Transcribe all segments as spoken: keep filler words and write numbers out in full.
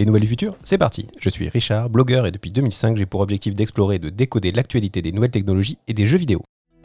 Les nouvelles du futur, c'est parti. Je suis Richard, blogueur et depuis deux mille cinq, j'ai pour objectif d'explorer et de décoder l'actualité des nouvelles technologies et des jeux vidéo.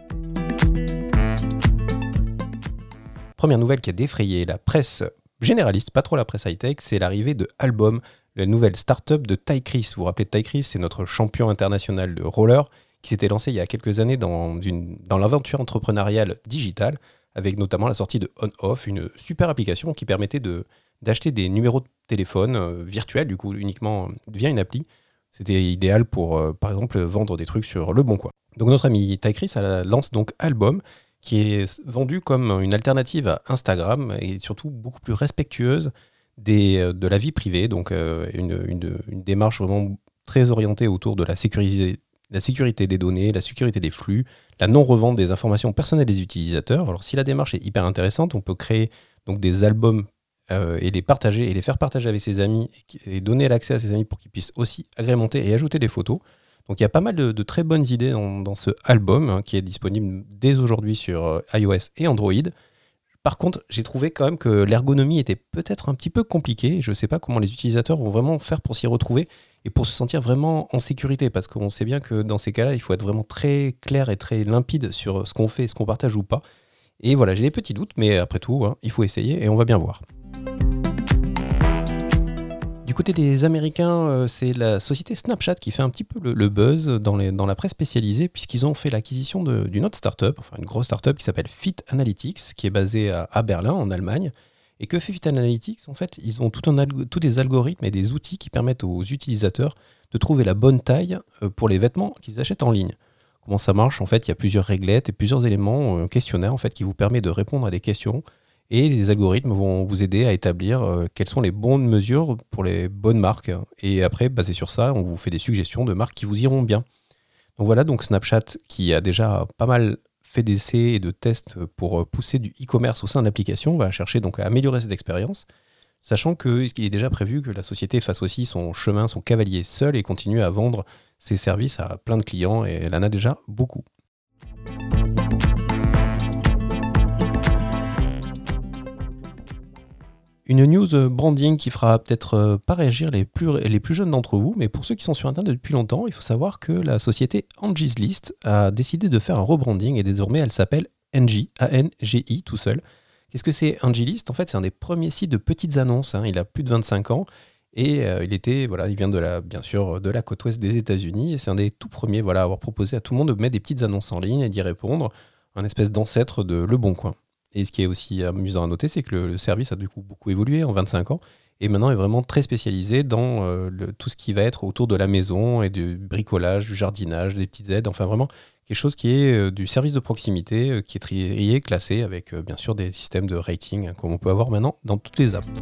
Première nouvelle qui a défrayé la presse généraliste, pas trop la presse high-tech, c'est l'arrivée de Album, la nouvelle start-up de Tycris. Vous vous rappelez de Tycris, c'est notre champion international de roller qui s'était lancé il y a quelques années dans, une, dans l'aventure entrepreneuriale digitale, avec notamment la sortie de On-Off, une super application qui permettait de, d'acheter des numéros de téléphone euh, virtuels, du coup uniquement via une appli. C'était idéal pour, euh, par exemple, vendre des trucs sur Le Bon Coin. Donc notre ami Tycris lance donc Album, qui est vendu comme une alternative à Instagram et surtout beaucoup plus respectueuse des, de la vie privée, donc euh, une, une, une démarche vraiment très orientée autour de la sécurité, la sécurité des données, la sécurité des flux, la non-revente des informations personnelles des utilisateurs. Alors si la démarche est hyper intéressante, on peut créer donc des albums euh, et les partager et les faire partager avec ses amis et, et donner l'accès à ses amis pour qu'ils puissent aussi agrémenter et ajouter des photos. Donc il y a pas mal de, de très bonnes idées dans, dans ce album hein, qui est disponible dès aujourd'hui sur euh, iOS et Android. Par contre, j'ai trouvé quand même que l'ergonomie était peut-être un petit peu compliquée. Je ne sais pas comment les utilisateurs vont vraiment faire pour s'y retrouver et pour se sentir vraiment en sécurité, parce qu'on sait bien que dans ces cas-là, il faut être vraiment très clair et très limpide sur ce qu'on fait, ce qu'on partage ou pas. Et voilà, j'ai des petits doutes, mais après tout, hein, il faut essayer et on va bien voir. Du côté des Américains, euh, c'est la société Snapchat qui fait un petit peu le, le buzz dans, les, dans la presse spécialisée, puisqu'ils ont fait l'acquisition de, d'une autre startup, enfin une grosse startup qui s'appelle Fit Analytics, qui est basée à, à Berlin, en Allemagne. Et que fait Fit Analytics? En fait, ils ont tout un alg- tous des algorithmes et des outils qui permettent aux utilisateurs de trouver la bonne taille euh, pour les vêtements qu'ils achètent en ligne. Comment ça marche? En fait, il y a plusieurs réglettes et plusieurs éléments, euh, questionnaires en fait, qui vous permettent de répondre à des questions. Et les algorithmes vont vous aider à établir euh, quelles sont les bonnes mesures pour les bonnes marques. Et après, basé sur ça, on vous fait des suggestions de marques qui vous iront bien. Donc voilà, donc Snapchat qui a déjà pas mal fait d'essais et de tests pour pousser du e-commerce au sein de l'application, va chercher donc à améliorer cette expérience, sachant qu'il est déjà prévu que la société fasse aussi son chemin, son cavalier seul et continue à vendre ses services à plein de clients, et elle en a déjà beaucoup. Une news branding qui fera peut-être pas réagir les plus, les plus jeunes d'entre vous, mais pour ceux qui sont sur Internet depuis longtemps, il faut savoir que la société Angie's List a décidé de faire un rebranding et désormais elle s'appelle Angie, A N G I tout seul. Qu'est-ce que c'est Angie's List? En fait, c'est un des premiers sites de petites annonces, hein. Il a plus de vingt-cinq ans et euh, il était, voilà, il vient de la, bien sûr de la côte ouest des États-Unis et c'est un des tout premiers, voilà, à avoir proposé à tout le monde de mettre des petites annonces en ligne et d'y répondre, un espèce d'ancêtre de Le Bon Coin. Et ce qui est aussi amusant à noter, c'est que le, le service a du coup beaucoup évolué en vingt-cinq ans et maintenant est vraiment très spécialisé dans euh, le, tout ce qui va être autour de la maison et du bricolage, du jardinage, des petites aides, enfin vraiment quelque chose qui est euh, du service de proximité, euh, qui est trié, classé avec euh, bien sûr des systèmes de rating hein, comme on peut avoir maintenant dans toutes les apps.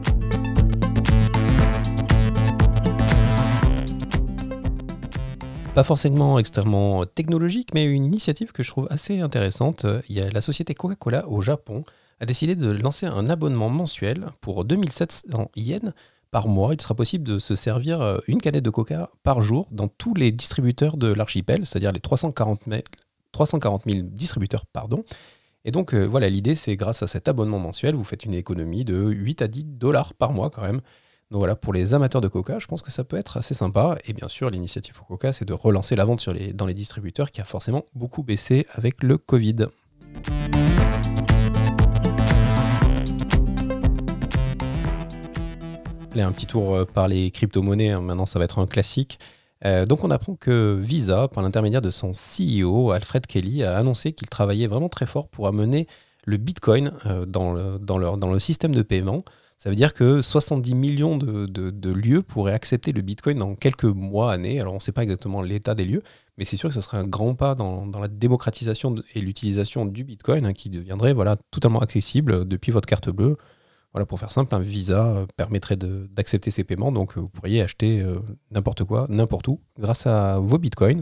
Pas forcément extrêmement technologique, mais une initiative que je trouve assez intéressante. Il y a la société Coca-Cola au Japon a décidé de lancer un abonnement mensuel pour deux mille sept cents yens par mois. Il sera possible de se servir une canette de Coca par jour dans tous les distributeurs de l'archipel, c'est-à-dire les trois cent quarante mille distributeurs, pardon. Et donc euh, voilà, l'idée c'est grâce à cet abonnement mensuel, vous faites une économie de huit à dix dollars par mois quand même. Donc voilà, pour les amateurs de Coca, je pense que ça peut être assez sympa. Et bien sûr, l'initiative pour Coca, c'est de relancer la vente sur les, dans les distributeurs qui a forcément beaucoup baissé avec le Covid. Allez, un petit tour par les crypto-monnaies, hein. Maintenant ça va être un classique. Euh, donc on apprend que Visa, par l'intermédiaire de son C E O, Alfred Kelly, a annoncé qu'il travaillait vraiment très fort pour amener le Bitcoin euh, dans, le, dans, leur, dans le système de paiement. Ça veut dire que soixante-dix millions de, de, de lieux pourraient accepter le Bitcoin dans quelques mois, années. Alors on ne sait pas exactement l'état des lieux, mais c'est sûr que ce serait un grand pas dans, dans la démocratisation de, et l'utilisation du Bitcoin hein, qui deviendrait voilà, totalement accessible depuis votre carte bleue. Voilà, pour faire simple, un Visa permettrait de, d'accepter ces paiements, donc vous pourriez acheter euh, n'importe quoi, n'importe où, grâce à vos Bitcoins.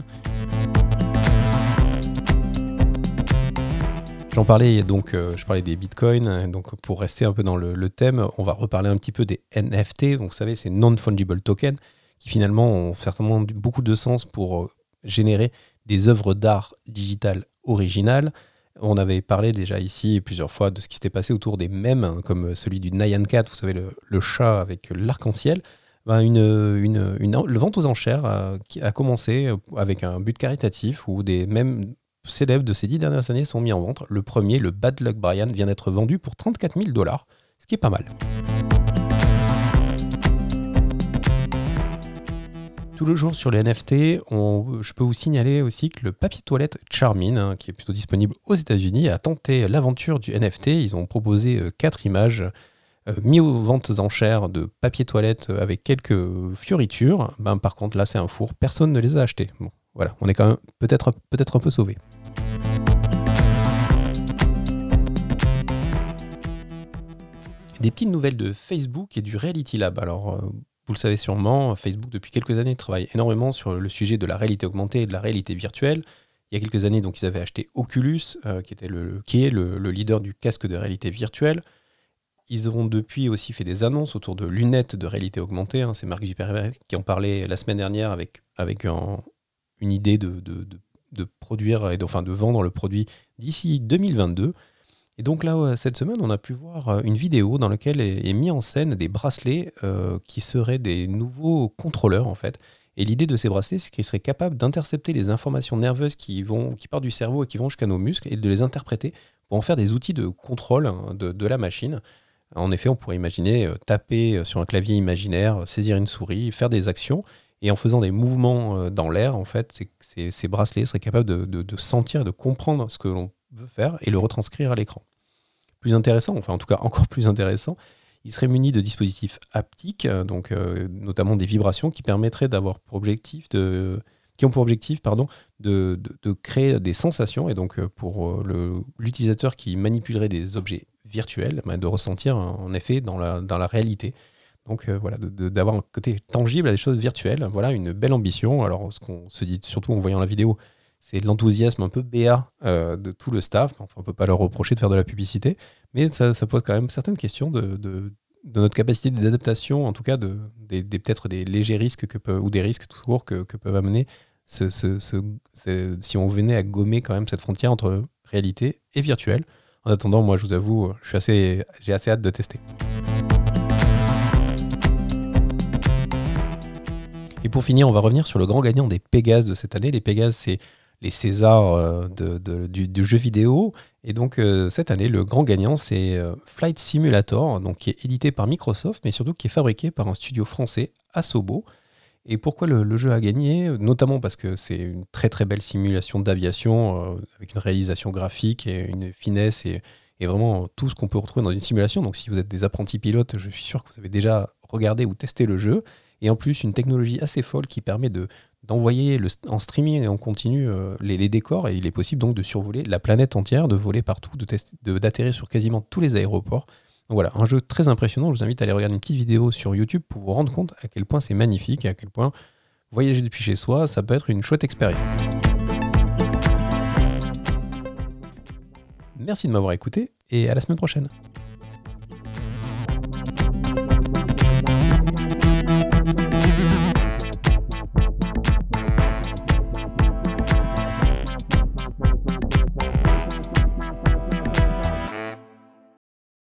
J'en parlais donc, euh, je parlais des bitcoins, donc pour rester un peu dans le, le thème, on va reparler un petit peu des N F T, donc vous savez, c'est non-fungible tokens, qui finalement ont certainement beaucoup de sens pour euh, générer des œuvres d'art digitales originales. On avait parlé déjà ici plusieurs fois de ce qui s'était passé autour des mèmes, hein, comme celui du Nyan Cat, vous savez, le, le chat avec l'arc-en-ciel. Ben, une, une, une, une vente aux enchères a, qui a commencé avec un but caritatif où des mêmes célèbres de ces dix dernières années sont mis en vente. Le premier, le Bad Luck Brian, vient d'être vendu pour trente-quatre mille dollars, ce qui est pas mal. Tout le jour sur les N F T, on, je peux vous signaler aussi que le papier toilette Charmin, hein, qui est plutôt disponible aux États-Unis, a tenté l'aventure du N F T. Ils ont proposé euh, quatre images euh, mis aux ventes aux enchères de papier toilette avec quelques fioritures. Ben, par contre, là, c'est un four. Personne ne les a achetés. Bon, voilà, on est quand même peut-être, peut-être un peu sauvés. Des petites nouvelles de Facebook et du Reality Lab. Alors, euh, vous le savez sûrement, Facebook, depuis quelques années, travaille énormément sur le sujet de la réalité augmentée et de la réalité virtuelle. Il y a quelques années, donc, ils avaient acheté Oculus, euh, qui, était le, qui est le, le leader du casque de réalité virtuelle. Ils ont depuis aussi fait des annonces autour de lunettes de réalité augmentée. Hein. C'est Mark Zuckerberg qui en parlait la semaine dernière avec, avec un, une idée de, de, de, de produire, et de, enfin de vendre le produit d'ici deux mille vingt-deux. Et donc là, cette semaine, on a pu voir une vidéo dans laquelle est, est mis en scène des bracelets euh, qui seraient des nouveaux contrôleurs, en fait. Et l'idée de ces bracelets, c'est qu'ils seraient capables d'intercepter les informations nerveuses qui, vont, qui partent du cerveau et qui vont jusqu'à nos muscles et de les interpréter pour en faire des outils de contrôle hein, de, de la machine. En effet, on pourrait imaginer euh, taper sur un clavier imaginaire, saisir une souris, faire des actions. Et en faisant des mouvements euh, dans l'air, en fait, c'est, c'est, ces bracelets seraient capables de, de, de sentir et de comprendre ce que l'on veut faire et le retranscrire à l'écran. Plus intéressant, enfin en tout cas encore plus intéressant, il serait muni de dispositifs haptiques, donc euh, notamment des vibrations qui permettraient d'avoir pour objectif de, qui ont pour objectif pardon, de, de, de créer des sensations et donc pour le, l'utilisateur qui manipulerait des objets virtuels, bah, de ressentir en effet dans la, dans la réalité. Donc euh, voilà, de, de, d'avoir un côté tangible à des choses virtuelles. Voilà une belle ambition. Alors ce qu'on se dit surtout en voyant la vidéo, c'est de l'enthousiasme un peu béat euh, de tout le staff. Enfin, on ne peut pas leur reprocher de faire de la publicité, mais ça, ça pose quand même certaines questions de, de, de notre capacité d'adaptation, en tout cas de, des, des, peut-être des légers risques que peut, ou des risques tout court que, que peuvent amener ce, ce, ce, ce, si on venait à gommer quand même cette frontière entre réalité et virtuel. En attendant, moi je vous avoue, je suis assez, j'ai assez hâte de tester. Et pour finir, on va revenir sur le grand gagnant des Pégases de cette année. Les Pégases, c'est les Césars de, de, du, du jeu vidéo. Et donc, euh, cette année, le grand gagnant, c'est euh, Flight Simulator, donc, qui est édité par Microsoft, mais surtout qui est fabriqué par un studio français, Asobo. Et pourquoi le, le jeu a gagné ? Notamment parce que c'est une très très belle simulation d'aviation, euh, avec une réalisation graphique et une finesse et, et vraiment tout ce qu'on peut retrouver dans une simulation. Donc, si vous êtes des apprentis pilotes, je suis sûr que vous avez déjà regardé ou testé le jeu. Et en plus, une technologie assez folle qui permet de, d'envoyer le, en streaming et en continu euh, les, les décors. Et il est possible donc de survoler la planète entière, de voler partout, de tester, de, d'atterrir sur quasiment tous les aéroports. Donc voilà, un jeu très impressionnant. Je vous invite à aller regarder une petite vidéo sur YouTube pour vous rendre compte à quel point c'est magnifique et à quel point voyager depuis chez soi, ça peut être une chouette expérience. Merci de m'avoir écouté et à la semaine prochaine.